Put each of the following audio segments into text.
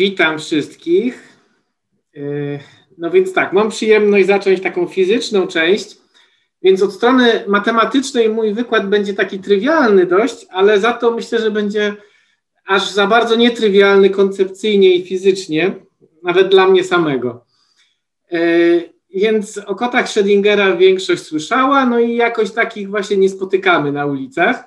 Witam wszystkich. No więc tak, mam przyjemność zacząć taką fizyczną część, więc od strony matematycznej mój wykład będzie taki trywialny dość, ale za to myślę, że będzie aż za bardzo nietrywialny koncepcyjnie i fizycznie, nawet dla mnie samego. Więc o kotach Schrödingera większość słyszała, no i jakoś takich właśnie nie spotykamy na ulicach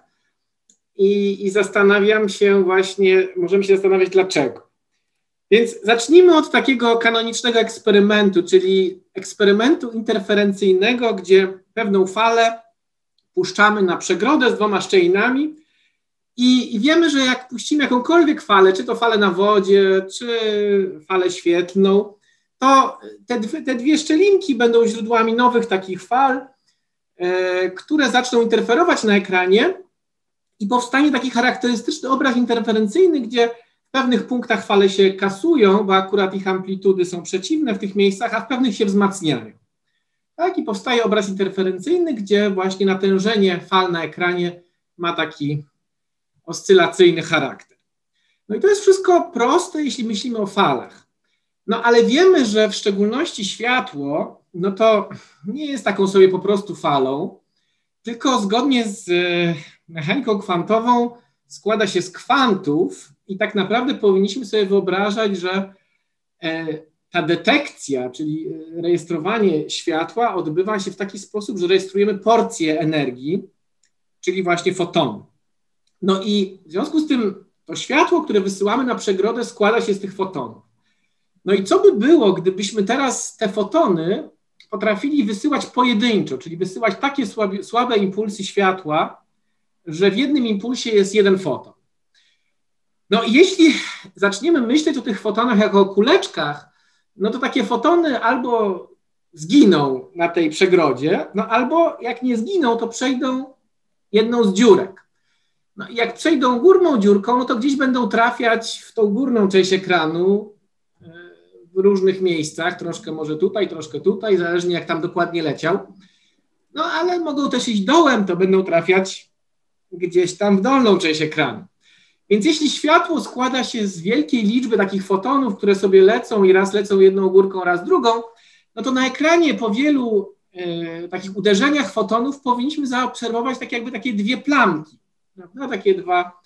i zastanawiam się właśnie, możemy się zastanawiać dlaczego. Więc zacznijmy od takiego kanonicznego eksperymentu, czyli eksperymentu interferencyjnego, gdzie pewną falę puszczamy na przegrodę z dwoma szczelinami i wiemy, że jak puścimy jakąkolwiek falę, czy to falę na wodzie, czy falę świetlną, to te dwie szczelinki będą źródłami nowych takich fal, które zaczną interferować na ekranie i powstanie taki charakterystyczny obraz interferencyjny, gdzie w pewnych punktach fale się kasują, bo akurat ich amplitudy są przeciwne w tych miejscach, a w pewnych się wzmacniają. Tak? I powstaje obraz interferencyjny, gdzie właśnie natężenie fal na ekranie ma taki oscylacyjny charakter. No i to jest wszystko proste, jeśli myślimy o falach. No ale wiemy, że w szczególności światło, no to nie jest taką sobie po prostu falą, tylko zgodnie z mechaniką kwantową składa się z kwantów i tak naprawdę powinniśmy sobie wyobrażać, że ta detekcja, czyli rejestrowanie światła odbywa się w taki sposób, że rejestrujemy porcję energii, czyli właśnie fotony. No i w związku z tym to światło, które wysyłamy na przegrodę, składa się z tych fotonów. No i co by było, gdybyśmy teraz te fotony potrafili wysyłać pojedynczo, czyli wysyłać takie słabe impulsy światła, że w jednym impulsie jest jeden foton. No i jeśli zaczniemy myśleć o tych fotonach jako o kuleczkach, no to takie fotony albo zginą na tej przegrodzie, no albo jak nie zginą, to przejdą jedną z dziurek. No i jak przejdą górną dziurką, no to gdzieś będą trafiać w tą górną część ekranu w różnych miejscach, troszkę może tutaj, troszkę tutaj, zależnie jak tam dokładnie leciał. No ale mogą też iść dołem, to będą trafiać gdzieś tam w dolną część ekranu. Więc jeśli światło składa się z wielkiej liczby takich fotonów, które sobie lecą i raz lecą jedną górką, raz drugą, no to na ekranie po wielu takich uderzeniach fotonów powinniśmy zaobserwować tak jakby takie dwie plamki, prawda? Takie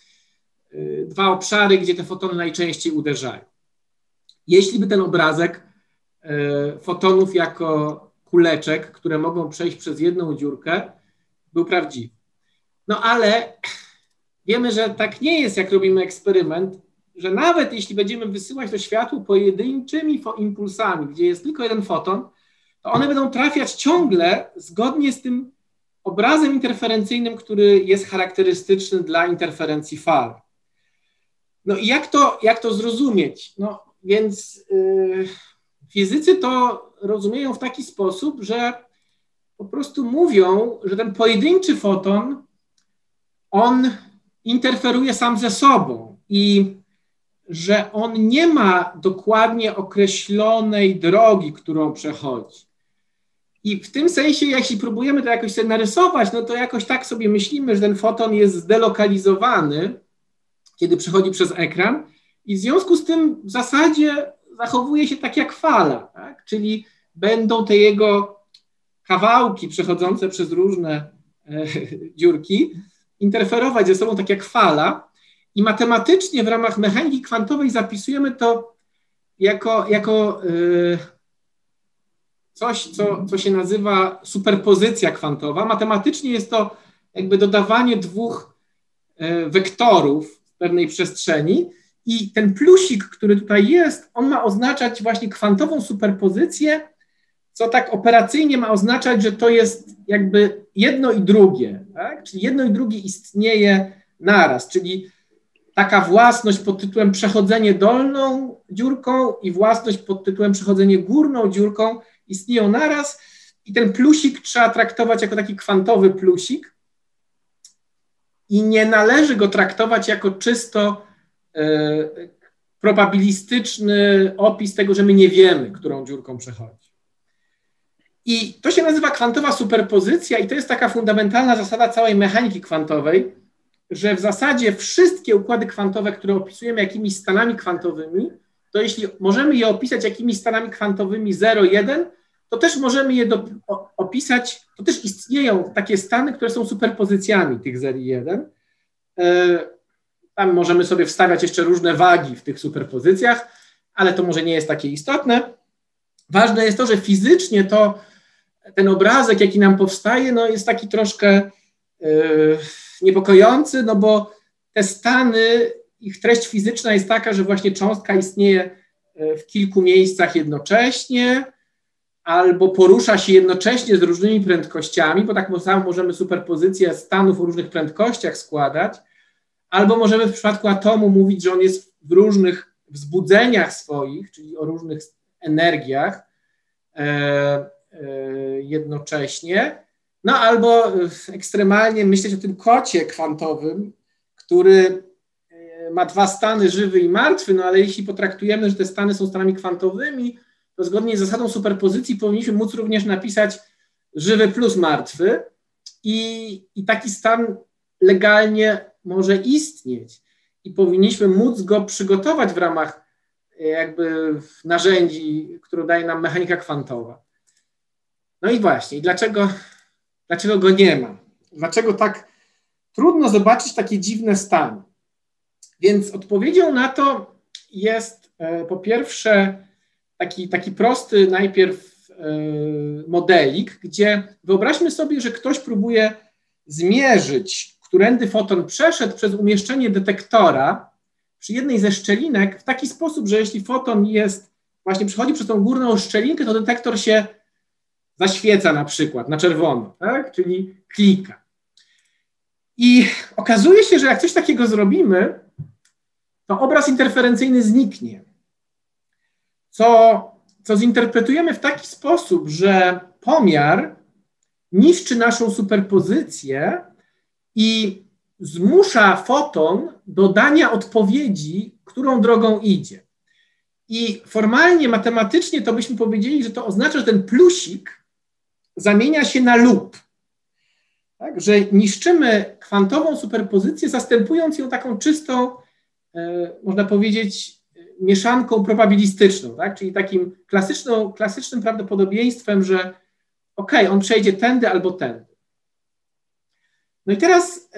dwa obszary, gdzie te fotony najczęściej uderzają. Jeśli by ten obrazek fotonów jako kuleczek, które mogą przejść przez jedną dziurkę, był prawdziwy. No ale wiemy, że tak nie jest, jak robimy eksperyment, że nawet jeśli będziemy wysyłać to światło pojedynczymi impulsami, gdzie jest tylko jeden foton, to one będą trafiać ciągle zgodnie z tym obrazem interferencyjnym, który jest charakterystyczny dla interferencji fal. No i jak to zrozumieć? No więc fizycy to rozumieją w taki sposób, że po prostu mówią, że ten pojedynczy foton, on interferuje sam ze sobą i że on nie ma dokładnie określonej drogi, którą przechodzi. I w tym sensie, jeśli próbujemy to jakoś sobie narysować, no to jakoś tak sobie myślimy, że ten foton jest zdelokalizowany, kiedy przechodzi przez ekran i w związku z tym w zasadzie zachowuje się tak jak fala, tak? Czyli będą te jego kawałki przechodzące przez różne dziurki interferować ze sobą tak jak fala i matematycznie w ramach mechaniki kwantowej zapisujemy to jako coś, co się nazywa superpozycja kwantowa. Matematycznie jest to jakby dodawanie dwóch wektorów w pewnej przestrzeni i ten plusik, który tutaj jest, on ma oznaczać właśnie kwantową superpozycję, co tak operacyjnie ma oznaczać, że to jest jakby jedno i drugie, tak? Czyli jedno i drugie istnieje naraz, czyli taka własność pod tytułem przechodzenie dolną dziurką i własność pod tytułem przechodzenie górną dziurką istnieją naraz i ten plusik trzeba traktować jako taki kwantowy plusik i nie należy go traktować jako czysto probabilistyczny opis tego, że my nie wiemy, którą dziurką przechodzi. I to się nazywa kwantowa superpozycja i to jest taka fundamentalna zasada całej mechaniki kwantowej, że w zasadzie wszystkie układy kwantowe, które opisujemy jakimiś stanami kwantowymi, to jeśli możemy je opisać jakimiś stanami kwantowymi 0, 1, to też możemy je opisać, to też istnieją takie stany, które są superpozycjami tych 0 i 1. Tam możemy sobie wstawiać jeszcze różne wagi w tych superpozycjach, ale to może nie jest takie istotne. Ważne jest to, że fizycznie ten obrazek, jaki nam powstaje, no jest taki troszkę niepokojący, no bo te stany, ich treść fizyczna jest taka, że właśnie cząstka istnieje w kilku miejscach jednocześnie, albo porusza się jednocześnie z różnymi prędkościami, bo tak samo możemy superpozycję stanów o różnych prędkościach składać, albo możemy w przypadku atomu mówić, że on jest w różnych wzbudzeniach swoich, czyli o różnych energiach jednocześnie, no albo ekstremalnie myśleć o tym kocie kwantowym, który ma dwa stany, żywy i martwy, no ale jeśli potraktujemy, że te stany są stanami kwantowymi, to zgodnie z zasadą superpozycji powinniśmy móc również napisać żywy plus martwy i taki stan legalnie może istnieć i powinniśmy móc go przygotować w ramach jakby narzędzi, które daje nam mechanika kwantowa. No i właśnie, dlaczego go nie ma? Dlaczego tak trudno zobaczyć takie dziwne stany? Więc odpowiedzią na to jest po pierwsze taki prosty najpierw modelik, gdzie wyobraźmy sobie, że ktoś próbuje zmierzyć, którędy foton przeszedł przez umieszczenie detektora przy jednej ze szczelinek w taki sposób, że jeśli foton właśnie przechodzi przez tą górną szczelinkę, to detektor się zaświeca na przykład na czerwono, tak? Czyli klika. I okazuje się, że jak coś takiego zrobimy, to obraz interferencyjny zniknie. Co zinterpretujemy w taki sposób, że pomiar niszczy naszą superpozycję i zmusza foton do dania odpowiedzi, którą drogą idzie. I formalnie, matematycznie to byśmy powiedzieli, że to oznacza, że ten plusik zamienia się na lub. Tak? Że niszczymy kwantową superpozycję, zastępując ją taką czystą, można powiedzieć, mieszanką probabilistyczną, tak? Czyli takim klasycznym prawdopodobieństwem, że on przejdzie tędy albo tędy. No i teraz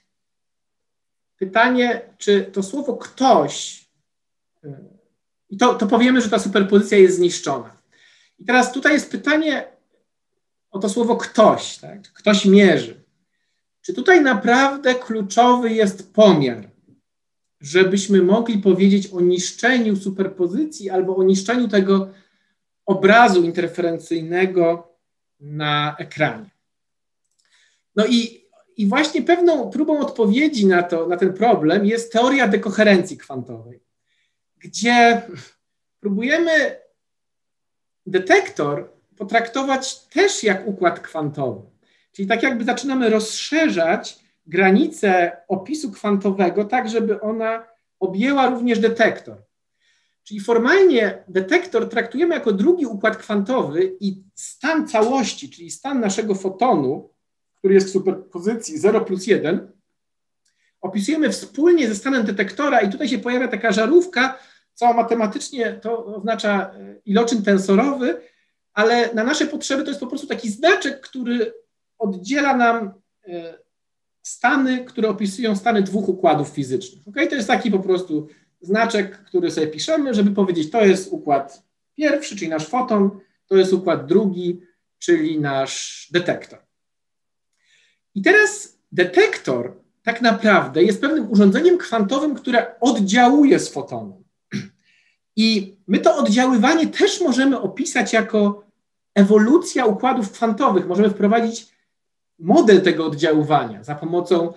pytanie, czy to słowo ktoś, i to powiemy, że ta superpozycja jest zniszczona. I teraz tutaj jest pytanie o to słowo ktoś, tak? Ktoś mierzy. Czy tutaj naprawdę kluczowy jest pomiar, żebyśmy mogli powiedzieć o niszczeniu superpozycji albo o niszczeniu tego obrazu interferencyjnego na ekranie? No i właśnie pewną próbą odpowiedzi na ten problem jest teoria dekoherencji kwantowej, gdzie próbujemy detektor potraktować też jak układ kwantowy. Czyli tak jakby zaczynamy rozszerzać granicę opisu kwantowego tak, żeby ona objęła również detektor. Czyli formalnie detektor traktujemy jako drugi układ kwantowy i stan całości, czyli stan naszego fotonu, który jest w superpozycji 0 plus 1, opisujemy wspólnie ze stanem detektora i tutaj się pojawia taka żarówka, co matematycznie to oznacza iloczyn tensorowy, ale na nasze potrzeby to jest po prostu taki znaczek, który oddziela nam stany, które opisują stany dwóch układów fizycznych. Okay? To jest taki po prostu znaczek, który sobie piszemy, żeby powiedzieć, to jest układ pierwszy, czyli nasz foton, to jest układ drugi, czyli nasz detektor. I teraz detektor tak naprawdę jest pewnym urządzeniem kwantowym, które oddziałuje z fotonem. I my to oddziaływanie też możemy opisać jako ewolucja układów kwantowych. Możemy wprowadzić model tego oddziaływania za pomocą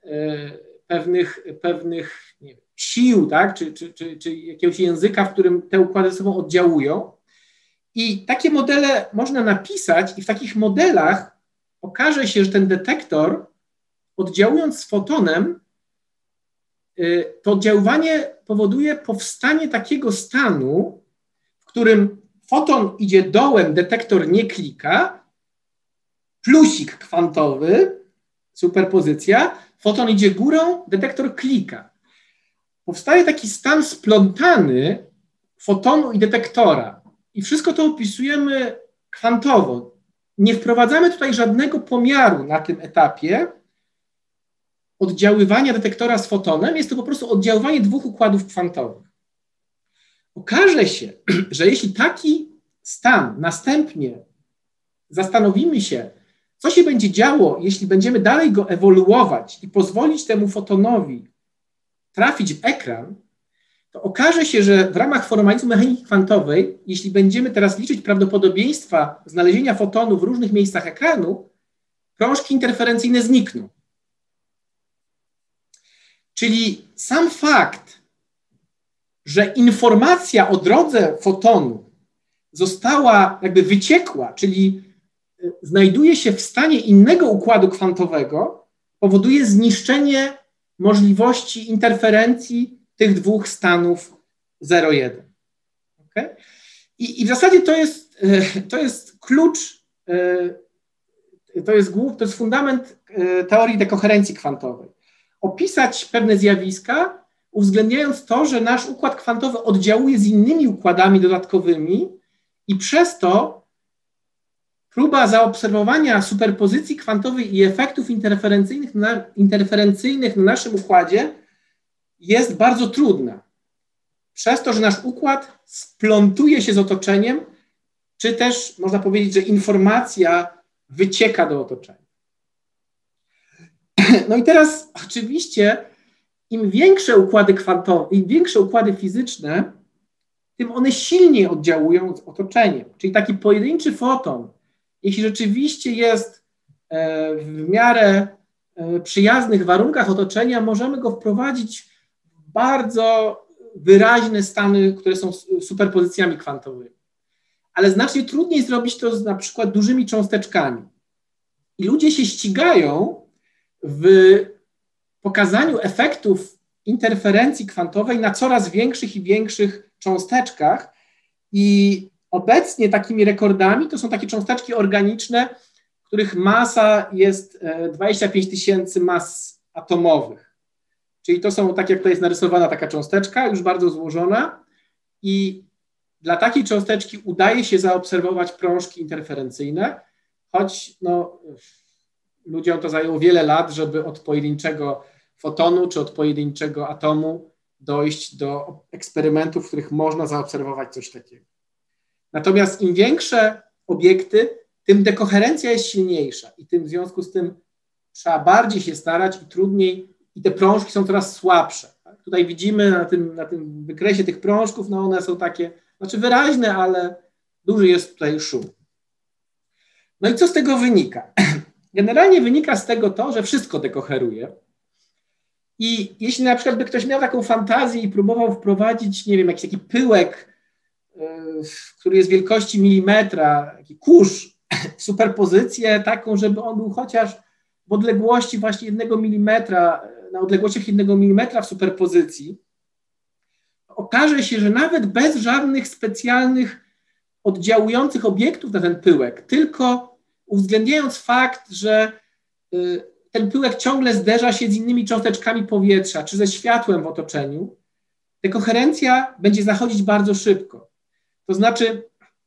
pewnych nie wiem, sił, tak? czy jakiegoś języka, w którym te układy ze sobą oddziałują. I takie modele można napisać i w takich modelach okaże się, że ten detektor, oddziałując z fotonem, to oddziaływanie powoduje powstanie takiego stanu, w którym foton idzie dołem, detektor nie klika, plusik kwantowy, superpozycja, foton idzie górą, detektor klika. Powstaje taki stan splątany, fotonu i detektora i wszystko to opisujemy kwantowo. Nie wprowadzamy tutaj żadnego pomiaru na tym etapie oddziaływania detektora z fotonem. Jest to po prostu oddziaływanie dwóch układów kwantowych. Okaże się, że jeśli taki stan następnie zastanowimy się, co się będzie działo, jeśli będziemy dalej go ewoluować i pozwolić temu fotonowi trafić w ekran, to okaże się, że w ramach formalizmu mechaniki kwantowej, jeśli będziemy teraz liczyć prawdopodobieństwa znalezienia fotonu w różnych miejscach ekranu, krążki interferencyjne znikną. Czyli sam fakt, że informacja o drodze fotonu została jakby wyciekła, czyli znajduje się w stanie innego układu kwantowego, powoduje zniszczenie możliwości interferencji tych dwóch stanów 0,1. Okay? I w zasadzie to jest klucz, to jest fundament teorii dekoherencji kwantowej. Opisać pewne zjawiska, uwzględniając to, że nasz układ kwantowy oddziałuje z innymi układami dodatkowymi i przez to próba zaobserwowania superpozycji kwantowej i efektów interferencyjnych na naszym układzie jest bardzo trudna. Przez to, że nasz układ splątuje się z otoczeniem, czy też można powiedzieć, że informacja wycieka do otoczenia. No i teraz oczywiście im większe układy kwantowe, im większe układy fizyczne, tym one silniej oddziałują z otoczeniem. Czyli taki pojedynczy foton, jeśli rzeczywiście jest w miarę przyjaznych warunkach otoczenia, możemy go wprowadzić w bardzo wyraźne stany, które są superpozycjami kwantowymi. Ale znacznie trudniej zrobić to z na przykład dużymi cząsteczkami. I ludzie się ścigają w pokazaniu efektów interferencji kwantowej na coraz większych i większych cząsteczkach i obecnie takimi rekordami to są takie cząsteczki organiczne, których masa jest 25 000 mas atomowych. Czyli to są, tak jak tutaj jest narysowana taka cząsteczka, już bardzo złożona i dla takiej cząsteczki udaje się zaobserwować prążki interferencyjne, choć ludziom to zajęło wiele lat, żeby od pojedynczego fotonu czy od pojedynczego atomu dojść do eksperymentów, w których można zaobserwować coś takiego. Natomiast im większe obiekty, tym dekoherencja jest silniejsza i tym w związku z tym trzeba bardziej się starać i trudniej i te prążki są coraz słabsze. Tak? Tutaj widzimy na tym wykresie tych prążków, no one są takie, znaczy wyraźne, ale duży jest tutaj szum. No i co z tego wynika? Generalnie wynika z tego to, że wszystko dekoheruje. I jeśli na przykład by ktoś miał taką fantazję i próbował wprowadzić, nie wiem, jakiś taki pyłek, który jest wielkości milimetra, taki kurz, superpozycję taką, żeby on był chociaż w odległości właśnie 1 milimetra, na odległościach 1 milimetra w superpozycji, okaże się, że nawet bez żadnych specjalnych oddziałujących obiektów na ten pyłek, tylko uwzględniając fakt, że ten pyłek ciągle zderza się z innymi cząsteczkami powietrza, czy ze światłem w otoczeniu, dekoherencja będzie zachodzić bardzo szybko. To znaczy,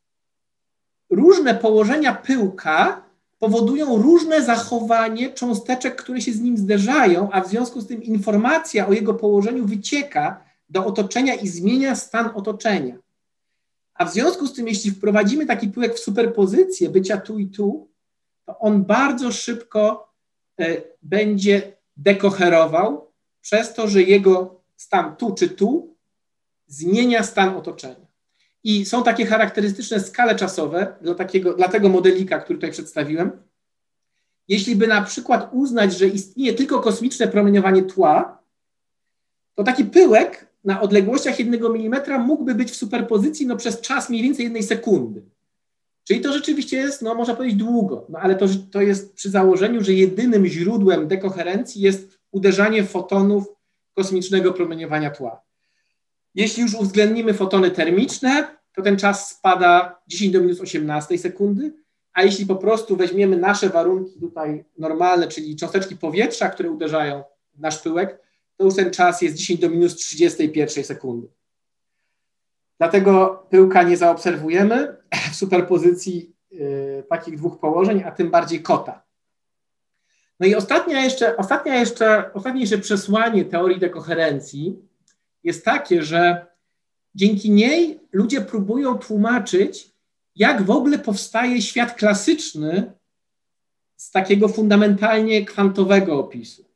różne położenia pyłka powodują różne zachowanie cząsteczek, które się z nim zderzają, a w związku z tym informacja o jego położeniu wycieka do otoczenia i zmienia stan otoczenia. A w związku z tym, jeśli wprowadzimy taki pyłek w superpozycję bycia tu i tu, to on bardzo szybko będzie dekoherował przez to, że jego stan tu czy tu zmienia stan otoczenia. I są takie charakterystyczne skale czasowe dla tego modelika, który tutaj przedstawiłem. Jeśli by na przykład uznać, że istnieje tylko kosmiczne promieniowanie tła, to taki pyłek na odległościach 1 mm mógłby być w superpozycji przez czas mniej więcej 1 sekundy. Czyli to rzeczywiście jest, można powiedzieć, długo, ale to jest przy założeniu, że jedynym źródłem dekoherencji jest uderzanie fotonów kosmicznego promieniowania tła. Jeśli już uwzględnimy fotony termiczne, to ten czas spada 10 do minus 18 sekundy, a jeśli po prostu weźmiemy nasze warunki tutaj normalne, czyli cząsteczki powietrza, które uderzają w nasz pyłek, to już ten czas jest 10 do minus 31 sekundy. Dlatego pyłka nie zaobserwujemy w superpozycji takich dwóch położeń, a tym bardziej kota. No i ostatnie jeszcze przesłanie teorii dekoherencji jest takie, że dzięki niej ludzie próbują tłumaczyć, jak w ogóle powstaje świat klasyczny z takiego fundamentalnie kwantowego opisu.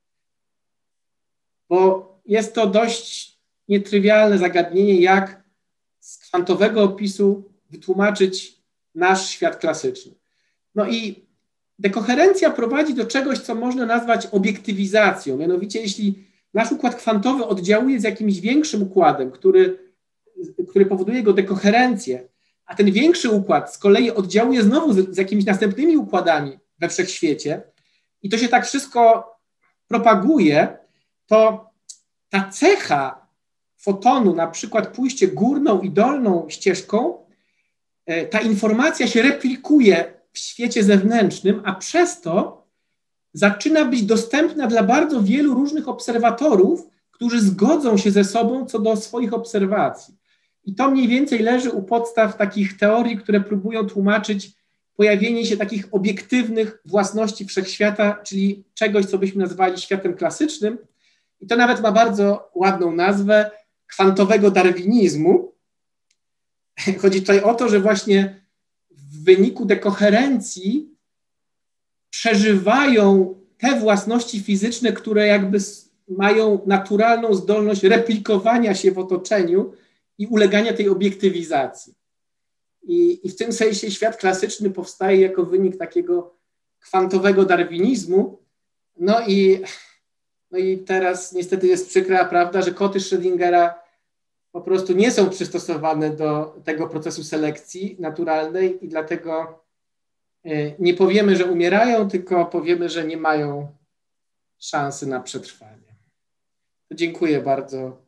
Bo jest to dość nietrywialne zagadnienie, jak z kwantowego opisu wytłumaczyć nasz świat klasyczny. No i dekoherencja prowadzi do czegoś, co można nazwać obiektywizacją. Mianowicie, jeśli nasz układ kwantowy oddziałuje z jakimś większym układem, który powoduje jego dekoherencję, a ten większy układ z kolei oddziałuje znowu z jakimiś następnymi układami we wszechświecie i to się tak wszystko propaguje, to ta cecha fotonu, na przykład pójście górną i dolną ścieżką, ta informacja się replikuje w świecie zewnętrznym, a przez to zaczyna być dostępna dla bardzo wielu różnych obserwatorów, którzy zgodzą się ze sobą co do swoich obserwacji. I to mniej więcej leży u podstaw takich teorii, które próbują tłumaczyć pojawienie się takich obiektywnych własności wszechświata, czyli czegoś, co byśmy nazwali światem klasycznym. I to nawet ma bardzo ładną nazwę kwantowego darwinizmu. Chodzi tutaj o to, że właśnie w wyniku dekoherencji przeżywają te własności fizyczne, które jakby mają naturalną zdolność replikowania się w otoczeniu i ulegania tej obiektywizacji. I w tym sensie świat klasyczny powstaje jako wynik takiego kwantowego darwinizmu. No i teraz niestety jest przykra prawda, że koty Schrödingera po prostu nie są przystosowane do tego procesu selekcji naturalnej i dlatego nie powiemy, że umierają, tylko powiemy, że nie mają szansy na przetrwanie. Dziękuję bardzo